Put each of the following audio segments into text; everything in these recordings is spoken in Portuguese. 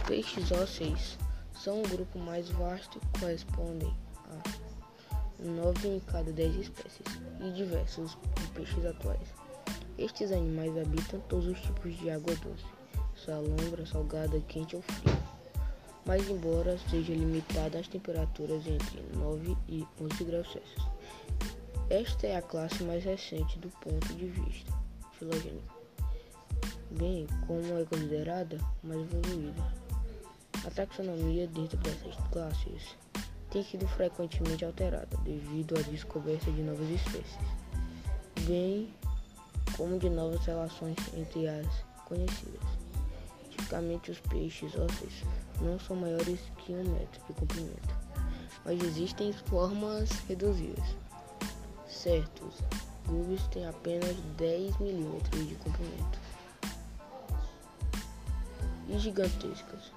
Peixes ósseos são um grupo mais vasto e correspondem a 9 em cada 10 espécies e diversos de peixes atuais. Estes animais habitam todos os tipos de água doce, salobra, salgada, quente ou fria, mas embora seja limitada às temperaturas entre 9 e 11 graus Celsius. Esta é a classe mais recente do ponto de vista filogênico, bem como é considerada mais evoluída. A taxonomia dentro dessas classes tem sido frequentemente alterada devido à descoberta de novas espécies, bem como de novas relações entre as conhecidas. Tipicamente, os peixes ósseos não são maiores que 1 metro de comprimento, mas existem formas reduzidas. Certos gubis têm apenas 10 milímetros de comprimento. E gigantescas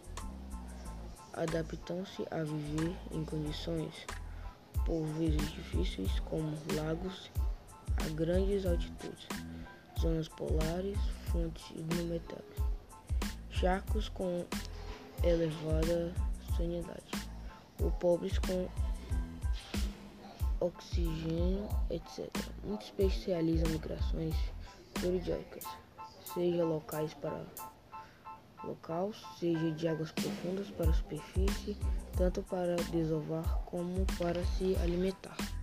adaptam-se a viver em condições por vezes difíceis, como lagos a grandes altitudes, zonas polares, fontes inumetáveis, charcos com elevada salinidade, ou pobres com oxigênio, etc. Muitos peixes realizam migrações periódicas, seja locais para local, seja de águas profundas para a superfície, tanto para desovar como para se alimentar.